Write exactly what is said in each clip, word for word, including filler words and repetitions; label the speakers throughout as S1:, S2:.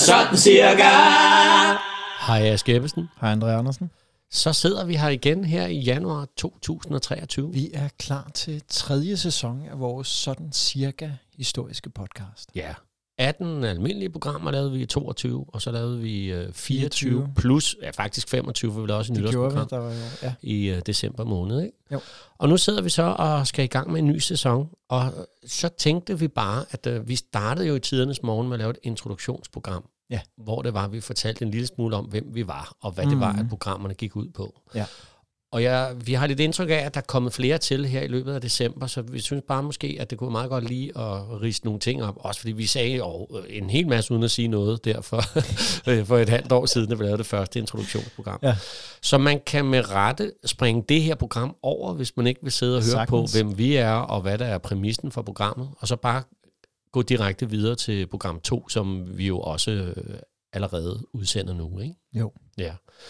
S1: sådan cirka.
S2: Hej Aske Ebbesen.
S3: Hej André Andersen.
S2: Så sidder vi her igen her i januar to tusind og treogtyve.
S3: Vi er klar til tredje sæson af vores sådan cirka historiske podcast.
S2: Ja, atten almindelige programmer lavede vi i toogtyve, og så lavede vi uh, fireogtyve
S3: fireogtyve
S2: plus, ja faktisk femogtyve, for vi lavede også en
S3: Det gjorde vi,
S2: nytårsprogram
S3: der var jo, ja.
S2: i uh, december måned. Ikke?
S3: Jo.
S2: Og nu sidder vi så og skal i gang med en ny sæson, og så tænkte vi bare, at uh, vi startede jo i tidernes morgen med at lave et introduktionsprogram,
S3: ja.
S2: hvor det var, vi fortalte en lille smule om, hvem vi var, og hvad mm. det var, at programmerne gik ud på.
S3: Ja.
S2: Og jeg, vi har lidt indtryk af, at der er kommet flere til her i løbet af december, så vi synes bare måske, at det kunne meget godt lige at riste nogle ting op, også fordi vi sagde jo en hel masse uden at sige noget derfor for et halvt år siden, da vi lavede det første introduktionsprogram.
S3: Ja.
S2: Så man kan med rette springe det her program over, hvis man ikke vil sidde og høre
S3: Sagtens.
S2: på, hvem vi er, og hvad der er præmissen for programmet, og så bare gå direkte videre til program to, som vi jo også øh, allerede udsender nu, ikke?
S3: Jo.
S2: Ja.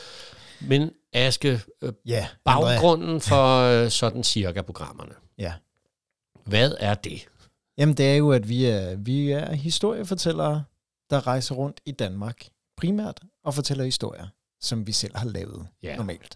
S2: Men Aske, øh,
S3: ja,
S2: baggrunden for øh, sådan cirka programmerne.
S3: Ja.
S2: Hvad er det?
S3: Jamen det er jo, at vi er, vi er historiefortællere, der rejser rundt i Danmark primært og fortæller historier, som vi selv har lavet
S2: Ja.
S3: normalt.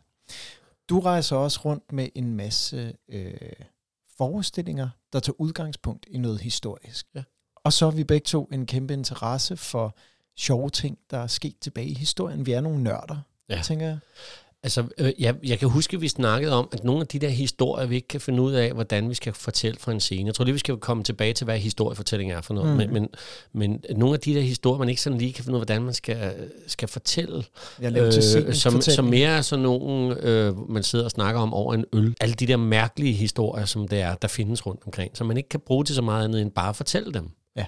S3: Du rejser også rundt med en masse øh, forestillinger, der tager udgangspunkt i noget historisk.
S2: Ja.
S3: Og så har vi begge to en kæmpe interesse for sjove ting, der er sket tilbage i historien. Vi er nogle nørder,
S2: Ja.
S3: tænker jeg.
S2: Altså, øh, jeg, jeg kan huske, at vi snakkede om, at nogle af de der historier, vi ikke kan finde ud af, hvordan vi skal fortælle fra en scene. Jeg tror lige, vi skal komme tilbage til, hvad historiefortælling er for noget. Mm. Men, men, men nogle af de der historier, man ikke sådan lige kan finde ud af, hvordan man skal, skal fortælle.
S3: Jeg laver til
S2: øh, som, som mere er sådan nogle, øh, man sidder og snakker om over en øl. Alle de der mærkelige historier, som det er, der findes rundt omkring. Så man ikke kan bruge til så meget andet, end bare at fortælle dem.
S3: Ja.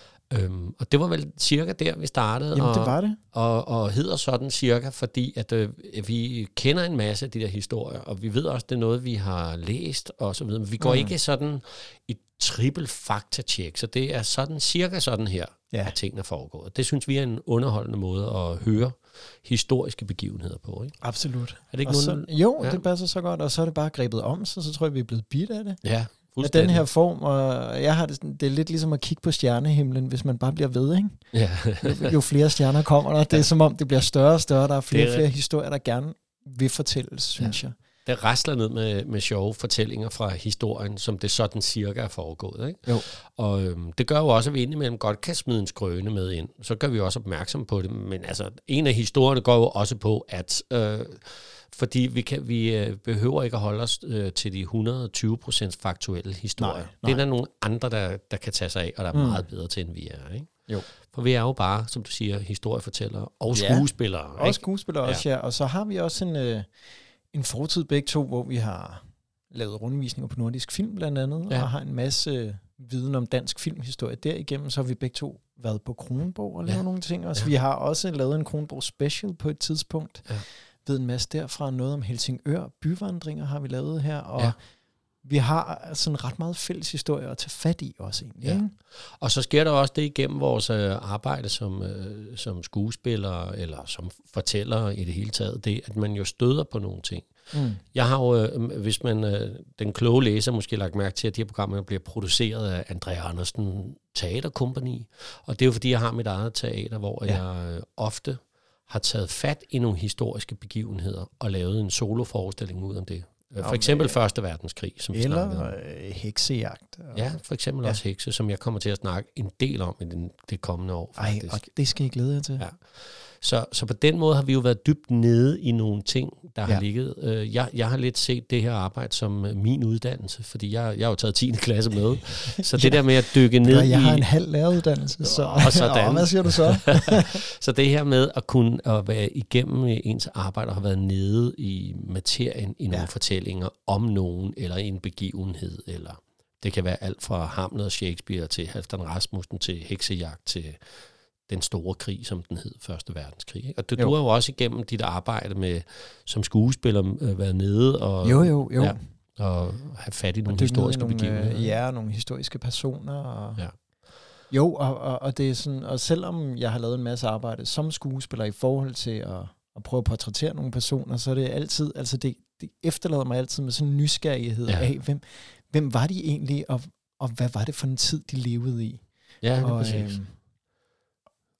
S2: Øhm, og det var vel cirka der, vi startede.
S3: Jamen,
S2: og,
S3: det var det.
S2: Og, og hedder sådan cirka, fordi at øh, vi kender en masse af de der historier, og vi ved også, det er noget, vi har læst og så videre. Men vi går mm. ikke sådan i triple faktatjek, så det er sådan cirka sådan her,
S3: ja.
S2: at tingene er foregået. Det synes vi er en underholdende måde at høre historiske begivenheder på, ikke?
S3: Absolut.
S2: Er det ikke
S3: og
S2: nogen?
S3: Så, jo,
S2: ja.
S3: det passer så godt, og så er det bare grebet om, så, så tror jeg, vi er blevet bidt af det.
S2: Ja.
S3: Af den her form, og jeg har det, det er lidt ligesom at kigge på stjernehimlen, hvis man bare bliver ved, ikke?
S2: Ja.
S3: jo, jo flere stjerner kommer der, det er som om, det bliver større og større, der er flere og flere historier, der gerne vil fortælles, synes ja. jeg.
S2: Det rasler ned med, med sjove fortællinger fra historien, som det sådan cirka er foregået, ikke?
S3: Jo.
S2: Og øhm, det gør jo også, at vi indimellem godt kan smide en skrøne med ind. Så gør vi også opmærksom på det, men altså, en af historierne går jo også på, at... Øh, Fordi vi, kan, vi øh, behøver ikke at holde os øh, til de et hundrede og tyve procent faktuelle historier. Nej, nej. Det er der nogle andre, der, der kan tage sig af, og der er mm. meget bedre til, end vi er. Ikke?
S3: Jo.
S2: For vi er jo bare, som du siger, historiefortællere og ja. skuespillere.
S3: Og ikke? skuespillere også, ja. ja. Og så har vi også en, øh, en fortid begge to, hvor vi har lavet rundvisninger på Nordisk Film blandt andet, ja. og har en masse øh, viden om dansk filmhistorie. Derigennem så har vi begge to været på Kronborg og lavet ja. nogle ting også. Ja. Vi har også lavet en Kronborg special på et tidspunkt. Ja. Ved en masse derfra, noget om Helsingør, byvandringer har vi lavet her, og ja. vi har sådan ret meget fælles historie at tage fat i også egentlig. Ja.
S2: Og så sker der også det igennem vores øh, arbejde som, øh, som skuespillere, eller som fortællere i det hele taget, det at man jo støder på nogle ting. Mm. Jeg har jo, øh, hvis man, øh, den kloge læser måske lagt mærke til, at de her programmer bliver produceret af André Andersen Teaterkompagni, og det er jo fordi, jeg har mit eget teater, hvor ja. jeg øh, ofte har taget fat i nogle historiske begivenheder og lavet en soloforestilling ud om det. For okay. eksempel Første Verdenskrig, som vi snakkede om.
S3: Eller heksejagt.
S2: Ja, for eksempel ja. også hekse, som jeg kommer til at snakke en del om i den, det kommende år. Faktisk.
S3: Ej, og det skal I glæde jer til.
S2: Ja. Så, så på den måde har vi jo været dybt nede i nogle ting, der ja. har ligget. Jeg, jeg har lidt set det her arbejde som min uddannelse, fordi jeg, jeg har jo taget tiende klasse med. Så det ja. der med at dykke ned
S3: i...
S2: Jeg
S3: har en halv læreruddannelse, så...
S2: Og sådan.
S3: Hvad siger du så?
S2: Så det her med at kunne at være igennem ens arbejde og have været nede i materien i nogle ja. fortællinger om nogen, eller en begivenhed, eller det kan være alt fra Hamlet og Shakespeare til Halfdan Rasmussen til heksejagt til... den store krig, som den hed, Første Verdenskrig. Ikke? Og du, du har jo også igennem dit arbejde med, som skuespiller, øh, været nede og,
S3: jo, jo, jo. Ja,
S2: og have fat i nogle historiske nogle, begivenheder.
S3: Ja, nogle historiske personer. Og
S2: ja.
S3: Jo, og, og, og det er sådan, og selvom jeg har lavet en masse arbejde som skuespiller i forhold til at, at prøve at portrættere nogle personer, så er det altid, altså det, det efterlader mig altid med sådan en nysgerrighed ja. af, hvem, hvem var de egentlig, og, og hvad var det for en tid, de levede i?
S2: Ja, det er
S3: og,
S2: præcis.
S3: Øhm,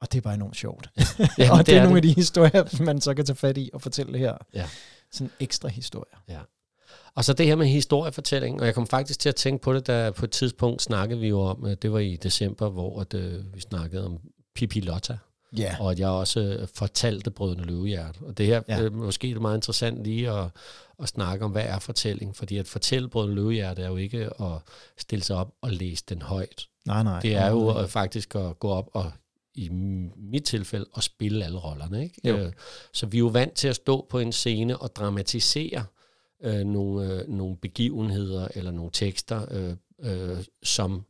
S3: Og det er bare enormt sjovt.
S2: Ja,
S3: og
S2: det,
S3: det er,
S2: er
S3: nogle
S2: det.
S3: af de historier, man så kan tage fat i og fortælle her.
S2: Ja.
S3: Sådan ekstra historier.
S2: Ja. Og så det her med historiefortælling, og jeg kom faktisk til at tænke på det, da på et tidspunkt snakkede vi jo om, det var i december, hvor at, øh, vi snakkede om Pippi Lotta.
S3: Ja.
S2: Og at jeg også fortalte Brødrene Løvehjerte. Og det her ja. øh, måske er det meget interessant lige at, at snakke om, hvad er fortælling? Fordi at fortælle Brødrene Løvehjerte er jo ikke at stille sig op og læse den højt.
S3: Nej, nej.
S2: Det er jo at faktisk at gå op og, i mit tilfælde, at spille alle rollerne. Ikke? Øh, så vi er jo vant til at stå på en scene og dramatisere øh, nogle, øh, nogle begivenheder eller nogle tekster, øh, øh, som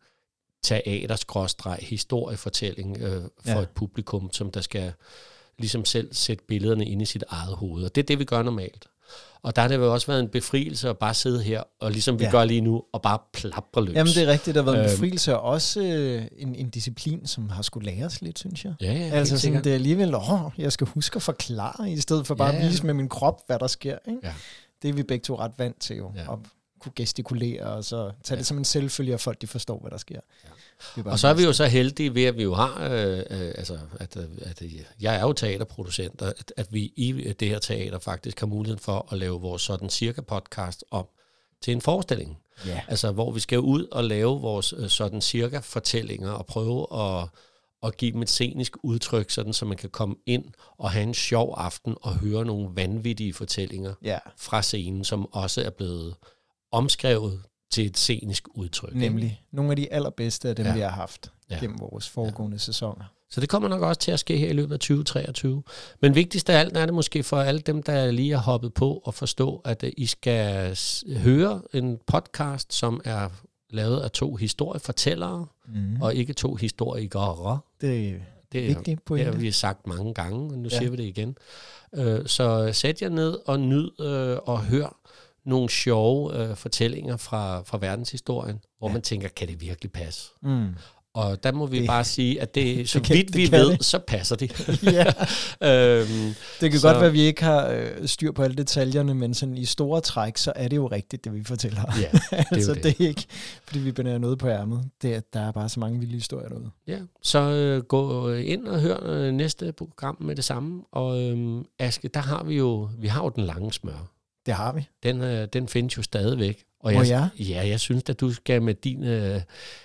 S2: teater-historiefortælling øh, for ja. et publikum, som der skal ligesom selv sætte billederne ind i sit eget hoved. Og det er det, vi gør normalt. Og der har det jo også været en befrielse at bare sidde her, og ligesom vi ja. gør lige nu, og bare plapre løs.
S3: Jamen det er rigtigt, der har været en befrielse, og også øh, en, en disciplin, som har skulle læres lidt, synes jeg.
S2: Ja, ja,
S3: altså sådan, det er alligevel, åh, jeg skal huske at forklare, i stedet for bare ja, ja. at vise med min krop, hvad der sker. Ikke? Ja. Det er vi begge to ret vant til jo, ja. at kunne gestikulere, og så tage ja. det som en selvfølge, at folk de forstår, hvad der sker. Ja.
S2: Og så er vi jo så heldige ved, at vi jo har, øh, øh, altså, at, at jeg er jo teaterproducent, og at, at vi i det her teater faktisk har muligheden for at lave vores sådan cirka podcast om til en forestilling.
S3: Ja.
S2: Altså, hvor vi skal ud og lave vores sådan cirka fortællinger og prøve at, at give dem et scenisk udtryk, sådan så man kan komme ind og have en sjov aften og høre nogle vanvittige fortællinger ja. fra scenen, som også er blevet omskrevet til et scenisk udtryk.
S3: Nemlig. Ikke? Nogle af de allerbedste af dem,
S2: ja.
S3: vi har haft ja. gennem vores foregående ja. sæsoner.
S2: Så det kommer nok også til at ske her i løbet af tyve treogtyve. Men vigtigst af alt er det måske for alle dem, der lige har hoppet på og forstå, at I skal høre en podcast, som er lavet af to historiefortællere, mm. og ikke to historikere.
S3: Det er det er vigtigt pointe.
S2: Det har vi sagt mange gange, og nu ja. siger vi det igen. Så sæt jer ned og nyd og hør nogle sjove øh, fortællinger fra, fra verdenshistorien, hvor ja. man tænker, kan det virkelig passe? Mm. Og der må vi det, bare sige, at det, så det kan, vidt vi ved, det. så passer det.
S3: ja. øhm, det kan så, godt være, at vi ikke har øh, styr på alle detaljerne, men sådan i store træk, så er det jo rigtigt, det vi fortæller. Ja, det er altså, det. det er ikke, fordi vi benærer noget på ærmet. Det er, der er bare så mange vilde historier derude.
S2: Ja, så øh, gå ind og hør øh, næste program med det samme. Og øh, Aske, der har vi jo, vi har jo den lange smør.
S3: Det har vi.
S2: Den, øh, den findes jo stadigvæk. Og
S3: jeg,
S2: ja? ja, jeg synes, at du skal med din øh,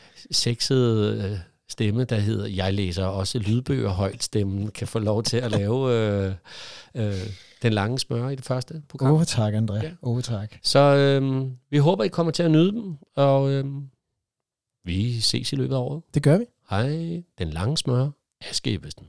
S2: sexede øh, stemme, der hedder, jeg læser også lydbøger højt stemmen, kan få lov til at lave øh, øh, den lange smør i det første program.
S3: Åh, tak, André. Ja. Åh, tak.
S2: Så øh, vi håber, I kommer til at nyde dem, og øh, vi ses i løbet af året.
S3: Det gør vi.
S2: Hej, den lange smør, Aske Ebbesen.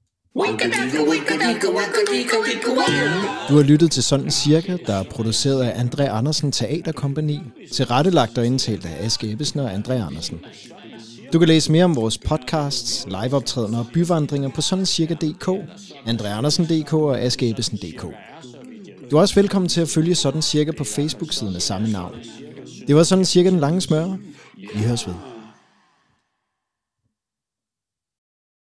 S3: Du har lyttet til Sådan Cirka, der er produceret af André Andersen Teaterkompagni, tilrettelagt og indtalt af Aske Ebbesen og André Andersen. Du kan læse mere om vores podcasts, liveoptrædener og byvandringer på sådan cirka punktum d k, andre andersen punktum d k og aske ebbesen punktum d k. Du er også velkommen til at følge Sådan Cirka på Facebook-siden af samme navn. Det var Sådan Cirka den lange smør. Vi høres ved.